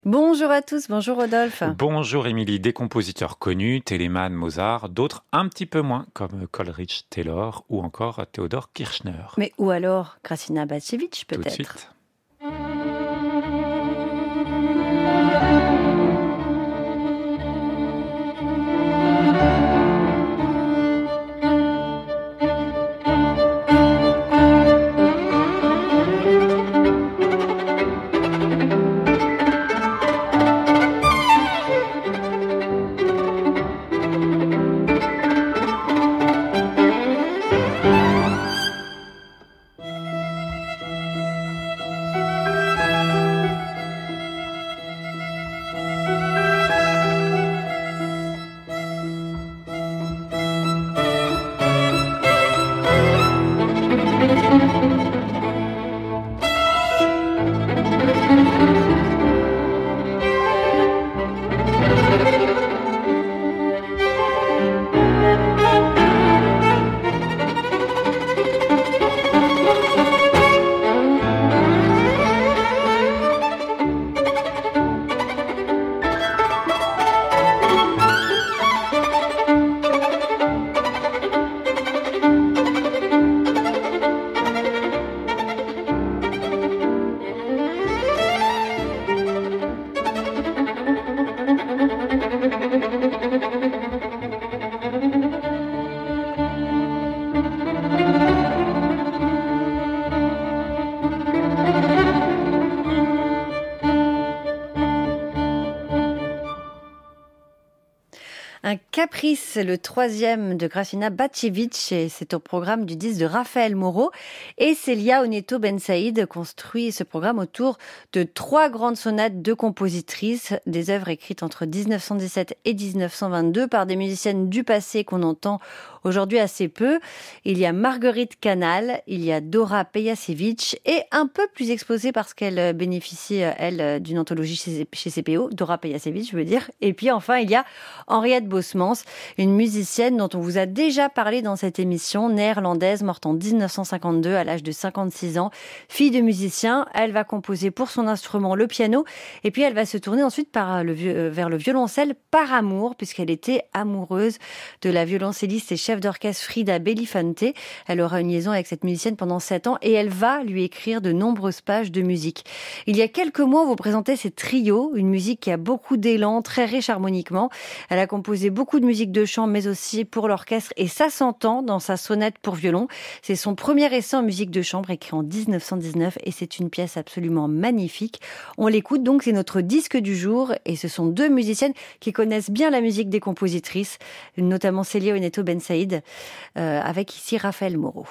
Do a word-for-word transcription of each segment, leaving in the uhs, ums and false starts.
Bonjour à tous, bonjour Rodolphe. Bonjour Émilie, des compositeurs connus, Telemann, Mozart, d'autres un petit peu moins, comme Coleridge Taylor ou encore Theodor Kirchner. Mais ou alors Krasina Batchevich peut-être. Tout de suite. Un caprice, le troisième de Krasina Batchevich, et c'est au programme du disque de Raphaël Moreau. Et Célia Oneto Bensaïd construit ce programme autour de trois grandes sonates de compositrices, des œuvres écrites entre dix-neuf cent dix-sept et dix-neuf cent vingt-deux par des musiciennes du passé qu'on entend aujourd'hui assez peu. Il y a Marguerite Canal, il y a Dora Pejacevic, et un peu plus exposée parce qu'elle bénéficie, elle, d'une anthologie chez, chez C P O, Dora Pejacevic, je veux dire. Et puis enfin, il y a Henriette Bosmans, une musicienne dont on vous a déjà parlé dans cette émission, néerlandaise, morte en dix-neuf cent cinquante-deux à l'âge de cinquante-six ans. Fille de musicien, elle va composer pour son instrument le piano, et puis elle va se tourner ensuite par le, vers le violoncelle par amour, puisqu'elle était amoureuse de la violoncelliste et chef d'orchestre Frida Bellifante. Elle aura une liaison avec cette musicienne pendant sept ans et elle va lui écrire de nombreuses pages de musique. Il y a quelques mois, on vous présentait ces trios, une musique qui a beaucoup d'élan, très riche harmoniquement. Elle a composé beaucoup de musique de chant, mais aussi pour l'orchestre, et ça s'entend dans sa sonate pour violon. C'est son premier essai en musique de chambre, écrit en dix-neuf cent dix-neuf, et c'est une pièce absolument magnifique. On l'écoute donc, c'est notre disque du jour, et ce sont deux musiciennes qui connaissent bien la musique des compositrices, notamment Célia Oneto Bensaïd, euh, avec ici Raphaël Moreau.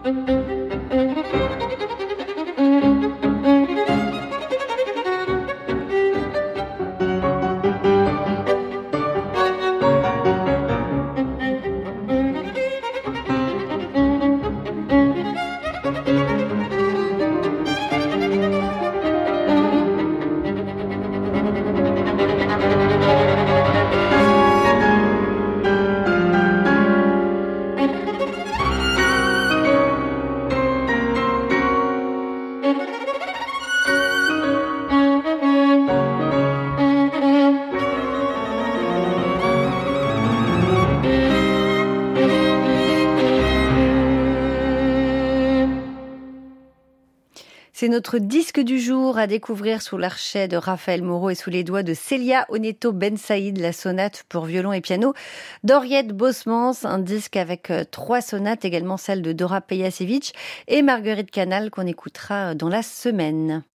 C'est notre disque du jour à découvrir sous l'archet de Raphaël Moreau et sous les doigts de Célia Oneto Bensaïd, la sonate pour violon et piano d'Oriette Bosmans, un disque avec trois sonates, également celle de Dora Pejacevic et Marguerite Canal qu'on écoutera dans la semaine.